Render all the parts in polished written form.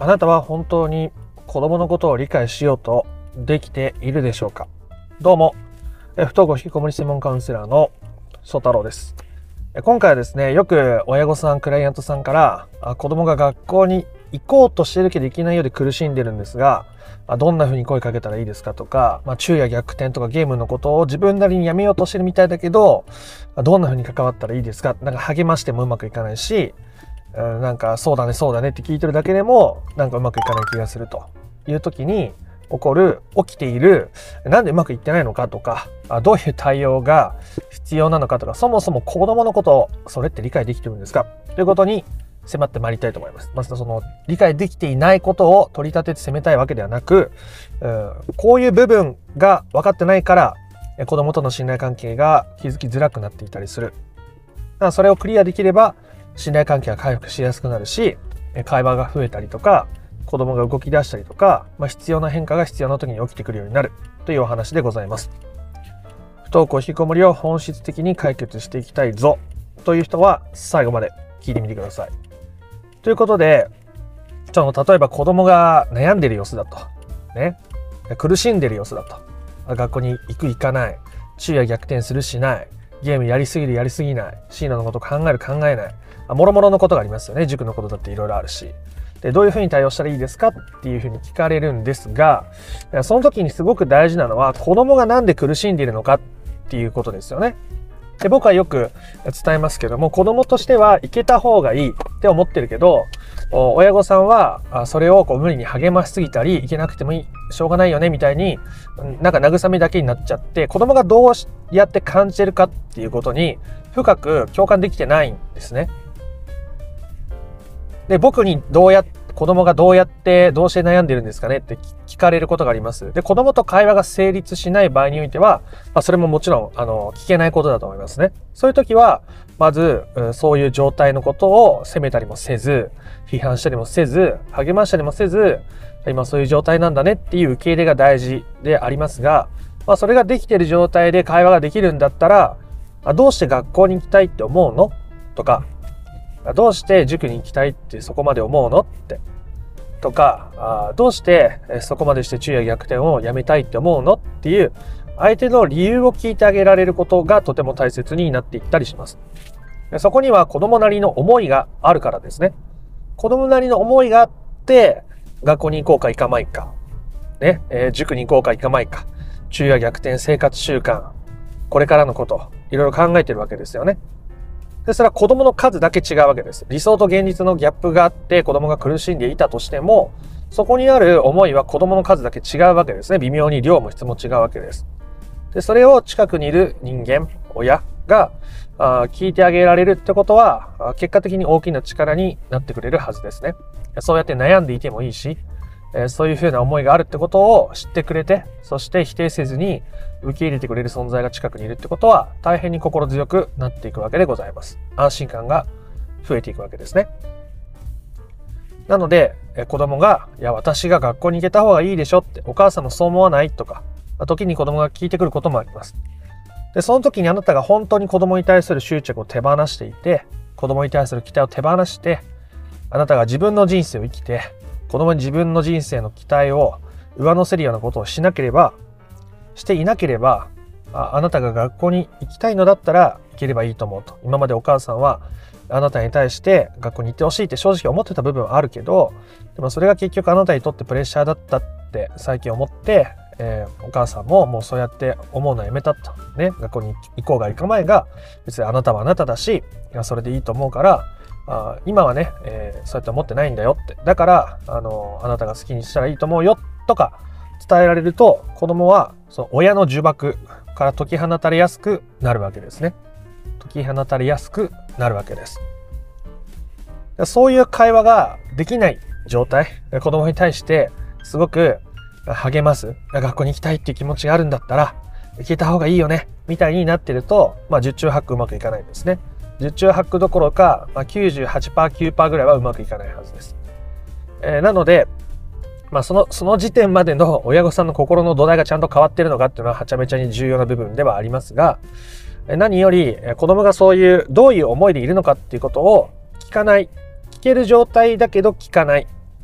あなたは本当に子供のことを理解しようとできているでしょうか。どうも、不登校引きこもり専門カウンセラーの曽太郎です。今回はですね、よく親御さん、クライアントさんから子供が学校に行こうとしてるけど行けないようで苦しんでるんですが、どんな風に声かけたらいいですかとか、昼夜逆転とかゲームのことを自分なりにやめようとしてるみたいだけど、どんな風に関わったらいいですか、なんか励ましてもうまくいかないし、なんかそうだねそうだねって聞いてるだけでもなんかうまくいかない気がするという時に起きている、なんでうまくいってないのかとか、どういう対応が必要なのかとか、そもそも子供のことをそれって理解できてるんですかということに迫ってまいりたいと思います。まずその理解できていないことを取り立てて責めたいわけではなく、こういう部分が分かってないから子供との信頼関係が築きづらくなっていたりする。だからそれをクリアできれば信頼関係が回復しやすくなるし、会話が増えたりとか、子供が動き出したりとか、必要な変化が必要な時に起きてくるようになるというお話でございます。不登校引きこもりを本質的に解決していきたいぞという人は最後まで聞いてみてください。ということで、例えば子供が悩んでる様子だと、ね、苦しんでる様子だと、学校に行く行かない、昼夜逆転するしない、ゲームやりすぎるやりすぎない、進路のこと考える考えない、もろもろのことがありますよね。塾のことだっていろいろあるし。で、どういうふうに対応したらいいですかっていうふうに聞かれるんですが、その時にすごく大事なのは子供がなんで苦しんでいるのかっていうことですよね。で、僕はよく伝えますけども、子供としては行けた方がいいって思ってるけど、親御さんはそれを無理に励ましすぎたり、行けなくてもいい、しょうがないよねみたいに、なんか慰めだけになっちゃって、子供がどうやって感じてるかっていうことに深く共感できてないんですね。で、僕に子供がどうして悩んでるんですかねって聞かれることがあります。で、子供と会話が成立しない場合においては、それももちろん、聞けないことだと思いますね。そういう時は、まず、そういう状態のことを責めたりもせず、批判したりもせず、励ましたりもせず、今そういう状態なんだねっていう受け入れが大事でありますが、それができている状態で会話ができるんだったら、どうして学校に行きたいって思うのとか、どうして塾に行きたいってそこまで思うのってとか、どうしてそこまでして昼夜逆転をやめたいって思うのっていう相手の理由を聞いてあげられることがとても大切になっていったりします。そこには子供なりの思いがあるからですね。子供なりの思いがあって学校に行こうか行かないか、ね、塾に行こうか行かないか、昼夜逆転生活習慣、これからのこといろいろ考えてるわけですよね。で、それは子供の数だけ違うわけです。理想と現実のギャップがあって子供が苦しんでいたとしても、そこにある思いは子供の数だけ違うわけですね。微妙に量も質も違うわけです。で、それを近くにいる人間、親が聞いてあげられるってことは、結果的に大きな力になってくれるはずですね。そうやって悩んでいてもいいし、そういうふうな思いがあるってことを知ってくれて、そして否定せずに受け入れてくれる存在が近くにいるってことは大変に心強くなっていくわけでございます。安心感が増えていくわけですね。なので子供が「いや私が学校に行けた方がいいでしょ」って「お母さんもそう思わない?」とか時に子供が聞いてくることもあります。で、その時にあなたが本当に子供に対する執着を手放していて、子供に対する期待を手放して、あなたが自分の人生を生きて子供に自分の人生の期待を上乗せるようなことをしていなければ、あなたが学校に行きたいのだったら行ければいいと思うと。今までお母さんはあなたに対して学校に行ってほしいって正直思ってた部分はあるけど、でもそれが結局あなたにとってプレッシャーだったって最近思って、お母さんももうそうやって思うのはやめたと。ね、学校に行こうが行かないが別にあなたはあなただし、それでいいと思うから、今はね、そうやって思ってないんだよって。だからあなたが好きにしたらいいと思うよとか伝えられると、子供はその親の呪縛から解き放たれやすくなるわけですね。解き放たれやすくなるわけです。そういう会話ができない状態、子供に対してすごく励ます、学校に行きたいっていう気持ちがあるんだったら行けた方がいいよねみたいになってると、十中八九うまくいかないんですね。十中八九どころか、98%、9% ぐらいはうまくいかないはずです。なので、その時点までの親御さんの心の土台がちゃんと変わっているのかっていうのははちゃめちゃに重要な部分ではありますが、何より子供がそういうどういう思いでいるのかっていうことを聞ける状態だけど聞かない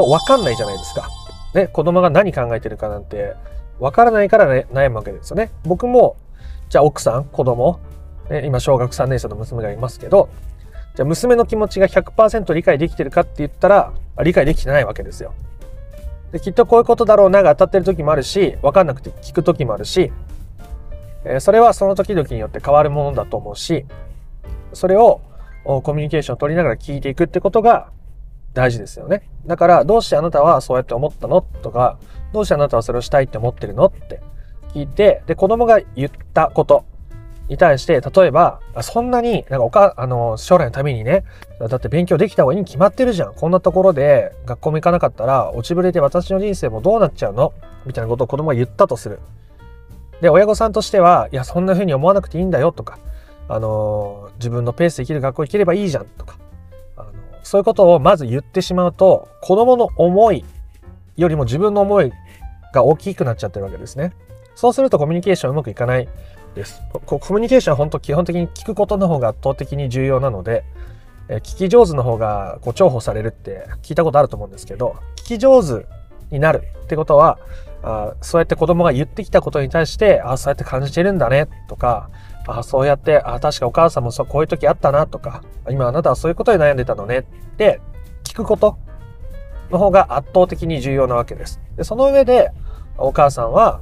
と分かんないじゃないですか。ね、子供が何考えてるかなんて分からないからね、悩むわけですよね。僕も、じゃあ奥さん、子供、ね、今小学3年生の娘がいますけど、じゃあ娘の気持ちが 100% 理解できてるかって言ったら、理解できてないわけですよ。で、きっとこういうことだろうなが当たってる時もあるし、分かんなくて聞く時もあるし、それはその時々によって変わるものだと思うし、それをコミュニケーションを取りながら聞いていくってことが大事ですよね。だから、どうしてあなたはそうやって思ったのとか、どうしてあなたはそれをしたいって思ってるのって聞いて、で、子供が言ったことに対して、例えば、そんなに、将来のためにね、だって勉強できた方がいいに決まってるじゃん。こんなところで学校も行かなかったら、落ちぶれて私の人生もどうなっちゃうのみたいなことを子供が言ったとする。で、親御さんとしては、いや、そんな風に思わなくていいんだよとか、自分のペースで生きる学校行ければいいじゃんとか、そういうことをまず言ってしまうと、子供の思いよりも自分の思いが大きくなっちゃってるわけですね。そうするとコミュニケーションうまくいかないです。コミュニケーションは本当基本的に聞くことの方が圧倒的に重要なので、聞き上手の方が重宝されるって聞いたことあると思うんですけど、聞き上手になるってことは、そうやって子供が言ってきたことに対して、そうやって感じてるんだねとか、そうやって、確かお母さんもこういう時あったなとか、今あなたはそういうことで悩んでたのねって聞くことの方が圧倒的に重要なわけです。で、その上で、お母さんは、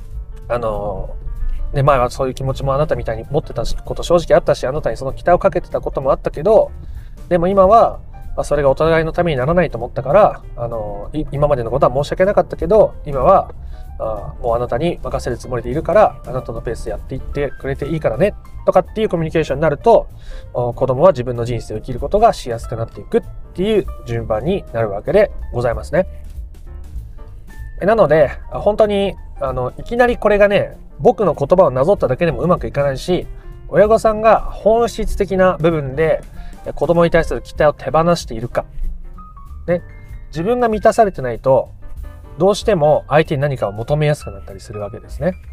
前はそういう気持ちもあなたみたいに持ってたこと正直あったし、あなたにその期待をかけてたこともあったけど、でも今は、それがお互いのためにならないと思ったから、今までのことは申し訳なかったけど、今は、もうあなたに任せるつもりでいるから、あなたのペースでやっていってくれていいからね、とかっていうコミュニケーションになると、子供は自分の人生を生きることがしやすくなっていくっていう順番になるわけでございますね。なので、本当に、いきなりこれがね、僕の言葉をなぞっただけでもうまくいかないし、親御さんが本質的な部分で子供に対する期待を手放しているか。ね、自分が満たされてないと、どうしても相手に何かを求めやすくなったりするわけですね。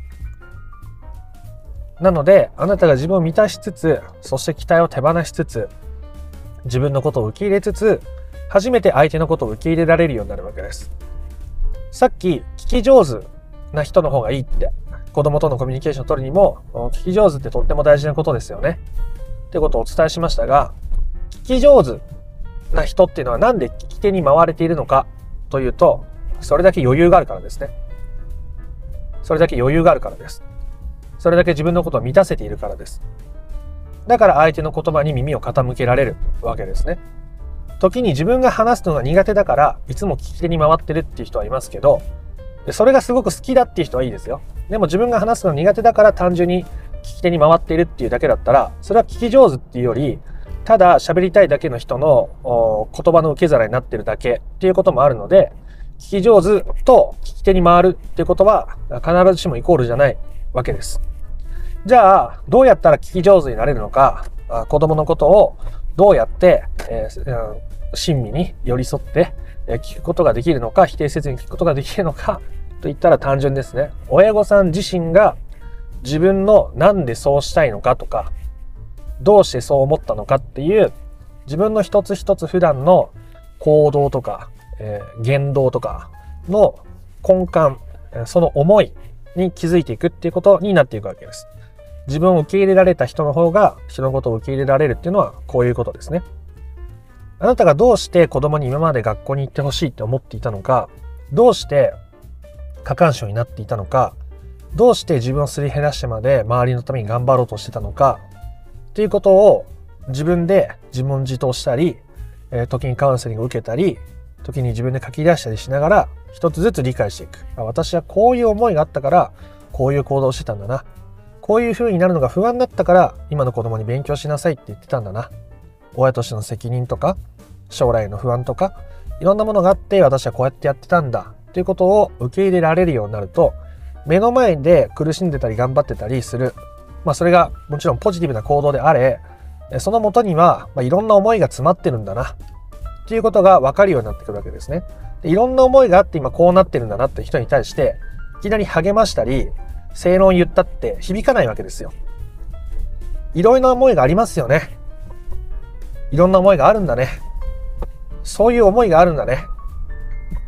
なので、あなたが自分を満たしつつ、そして期待を手放しつつ、自分のことを受け入れつつ、初めて相手のことを受け入れられるようになるわけです。さっき、聞き上手な人の方がいいって、子供とのコミュニケーションを取るにも、聞き上手ってとっても大事なことですよね。ってことをお伝えしましたが、聞き上手な人っていうのはなんで聞き手に回れているのかというと、それだけ余裕があるからですね。それだけ余裕があるからです。それだけ自分のことを満たせているからです。だから相手の言葉に耳を傾けられるわけですね。時に自分が話すのが苦手だからいつも聞き手に回ってるっていう人はいますけど、それがすごく好きだっていう人はいいですよ。でも自分が話すの苦手だから単純に聞き手に回っているっていうだけだったら、それは聞き上手っていうより、ただ喋りたいだけの人の言葉の受け皿になってるだけっていうこともあるので、聞き上手と聞き手に回るっていうことは必ずしもイコールじゃないわけです。じゃあ、どうやったら聞き上手になれるのか、子供のことをどうやって、親身に寄り添って聞くことができるのか、否定せずに聞くことができるのかといったら単純ですね。親御さん自身が自分のなんでそうしたいのかとか、どうしてそう思ったのかっていう自分の一つ一つ普段の行動とか、言動とかの根幹、その思いに気づいていくっていうことになっていくわけです。自分を受け入れられた人の方が人のことを受け入れられるっていうのはこういうことですね。あなたがどうして子供に今まで学校に行ってほしいって思っていたのか、どうして過干渉になっていたのか、どうして自分をすり減らしてまで周りのために頑張ろうとしてたのかっていうことを自分で自問自答したり、時にカウンセリングを受けたり、時に自分で書き出したりしながら一つずつ理解していく。私はこういう思いがあったからこういう行動をしてたんだな。こういう風になるのが不安だったから今の子供に勉強しなさいって言ってたんだな。親としての責任とか将来の不安とかいろんなものがあって私はこうやってやってたんだっていうことを受け入れられるようになると、目の前で苦しんでたり頑張ってたりする、それがもちろんポジティブな行動であれ、その元にはいろんな思いが詰まってるんだなっていうことが分かるようになってくるわけですね。でいろんな思いがあって今こうなってるんだなって人に対していきなり励ましたり正論言ったって響かないわけですよ。いろんな思いがありますよね。いろんな思いがあるんだね。そういう思いがあるんだね。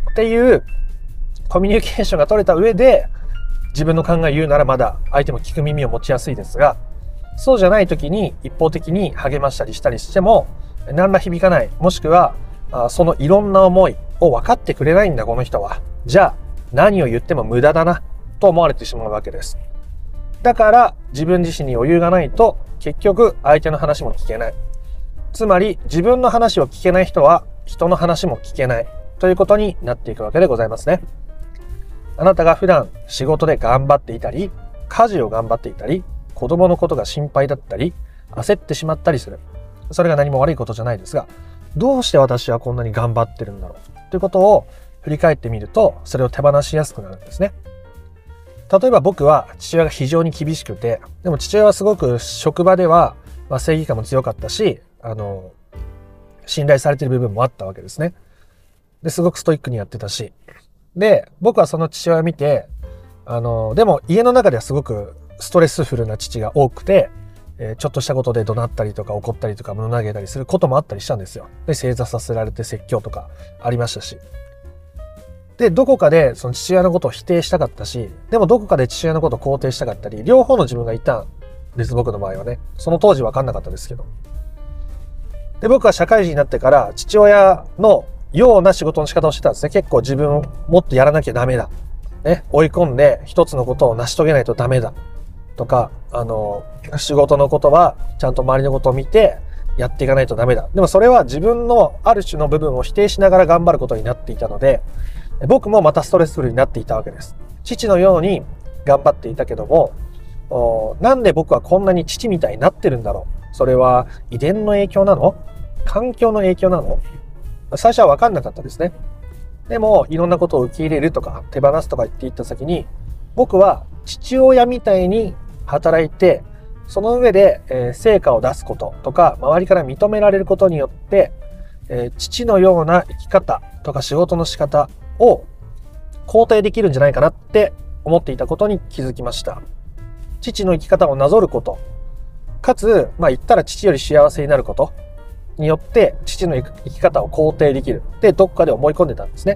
っていうコミュニケーションが取れた上で自分の考えを言うならまだ相手も聞く耳を持ちやすいですが、そうじゃない時に一方的に励ましたりしたりしても何ら響かない、もしくはそのいろんな思いを分かってくれないんだこの人は、じゃあ何を言っても無駄だなと思われてしまうわけです。だから自分自身に余裕がないと結局相手の話も聞けない。つまり自分の話を聞けない人は人の話も聞けないということになっていくわけでございますね。あなたが普段仕事で頑張っていたり、家事を頑張っていたり、子供のことが心配だったり、焦ってしまったりする。それが何も悪いことじゃないですが、どうして私はこんなに頑張ってるんだろうということを振り返ってみると、それを手放しやすくなるんですね。例えば僕は父親が非常に厳しくて、でも父親はすごく職場では正義感も強かったし、信頼されている部分もあったわけですね。ですごくストイックにやってたし、で僕はその父親を見て、でも家の中ではすごくストレスフルな父が多くて、ちょっとしたことで怒鳴ったりとか怒ったりとか物投げたりすることもあったりしたんですよ。で正座させられて説教とかありましたし、でどこかでその父親のことを否定したかったし、でもどこかで父親のことを肯定したかったり、両方の自分がいたんです。僕の場合はね、その当時分かんなかったですけど。で僕は社会人になってから父親のような仕事の仕方をしてたんですね。結構自分をもっとやらなきゃダメだ、ね、追い込んで一つのことを成し遂げないとダメだとか、仕事のことはちゃんと周りのことを見てやっていかないとダメだ。でもそれは自分のある種の部分を否定しながら頑張ることになっていたので、僕もまたストレスフルになっていたわけです。父のように頑張っていたけども、なんで僕はこんなに父みたいになってるんだろう。それは遺伝の影響なの？環境の影響なの？最初は分かんなかったですね。でもいろんなことを受け入れるとか手放すとか言っていった先に、僕は父親みたいに働いて、その上で、成果を出すこととか周りから認められることによって、父のような生き方とか仕事の仕方を肯定できるんじゃないかなって思っていたことに気づきました。父の生き方をなぞること、かつ言ったら父より幸せになることによって父の生き方を肯定できるってどっかで思い込んでたんですね。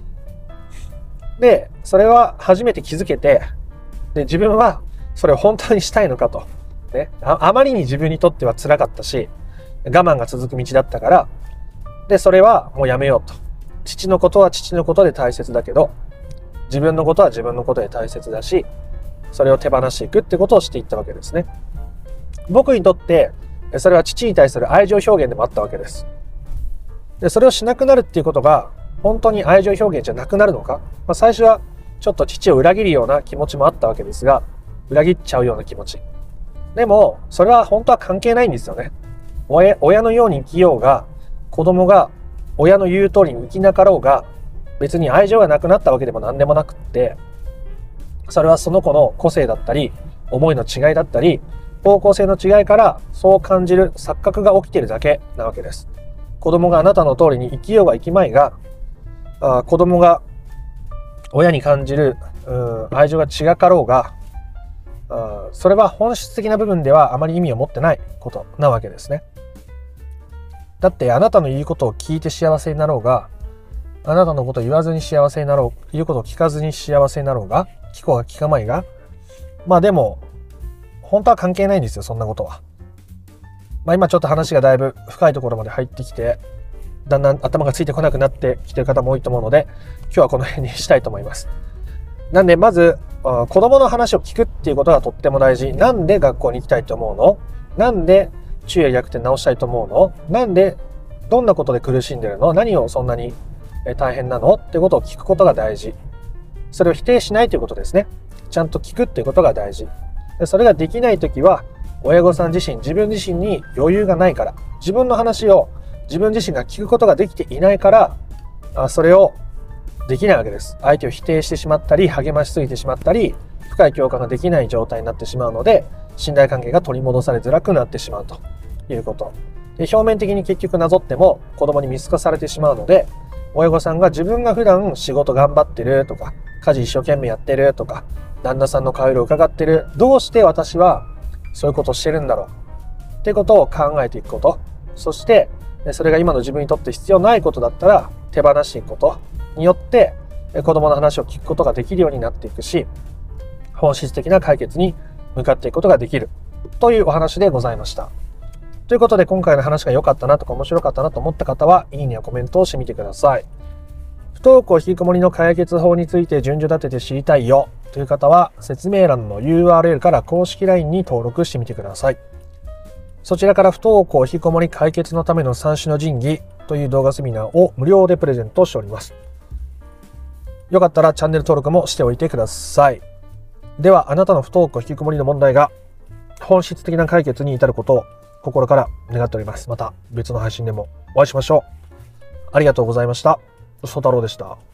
でそれは初めて気づけて、で自分はそれを本当にしたいのかと、ね、あまりに自分にとっては辛かったし我慢が続く道だったから、でそれはもうやめようと。父のことは父のことで大切だけど、自分のことは自分のことで大切だし、それを手放していくってことをしていったわけですね。僕にとってそれは父に対する愛情表現でもあったわけです。でそれをしなくなるっていうことが本当に愛情表現じゃなくなるのか、最初はちょっと父を裏切るような気持ちもあったわけですが、裏切っちゃうような気持ち。でもそれは本当は関係ないんですよね。親のように生きようが、子供が親の言う通りに生きなかろうが、別に愛情がなくなったわけでも何でもなくって、それはその子の個性だったり思いの違いだったり方向性の違いからそう感じる錯覚が起きているだけなわけです。子供があなたの通りに生きようが生きまいが、子供が親に感じる愛情が違かろうが、それは本質的な部分ではあまり意味を持ってないことなわけですね。だってあなたの言うことを聞いて幸せになろうが、あなたのことを言わずに幸せになろう、言うことを聞かずに幸せになろうが、聞こうが聞かまいが、でも本当は関係ないんですよ、そんなことは。今ちょっと話がだいぶ深いところまで入ってきて、だんだん頭がついてこなくなってきてる方も多いと思うので、今日はこの辺にしたいと思います。なんでまず子供の話を聞くっていうことがとっても大事。なんで学校に行きたいと思うの？なんで昼夜逆転直したいと思うの？なんでどんなことで苦しんでるの？何をそんなに大変なの？ってことを聞くことが大事。それを否定しないということですね。ちゃんと聞くっていうことが大事。それができないときは、親御さん自身、自分自身に余裕がないから、自分の話を自分自身が聞くことができていないから、それをできないわけです。相手を否定してしまったり、励ましすぎてしまったり、深い共感ができない状態になってしまうので、信頼関係が取り戻されづらくなってしまうということ。で、表面的に結局なぞっても子供に見透かされてしまうので、親御さんが自分が普段仕事頑張ってるとか、家事一生懸命やってるとか、旦那さんの顔色を伺ってる、どうして私はそういうことをしてるんだろうってことを考えていくこと、そしてそれが今の自分にとって必要ないことだったら手放していくこと、 によって子供の話を聞くことができるようになっていくし、本質的な解決に向かっていくことができるというお話でございました。ということで、今回の話が良かったなとか面白かったなと思った方は、いいねやコメントをしてみてください。不登校引きこもりの解決法について順序立てて知りたいよという方は、説明欄の URL から公式 LINE に登録してみてください。そちらから不登校引きこもり解決のための三種の神器という動画セミナーを無料でプレゼントしております。よかったらチャンネル登録もしておいてください。では、あなたの不登校引きこもりの問題が本質的な解決に至ることを心から願っております。また別の配信でもお会いしましょう。ありがとうございました。曽太郎でした。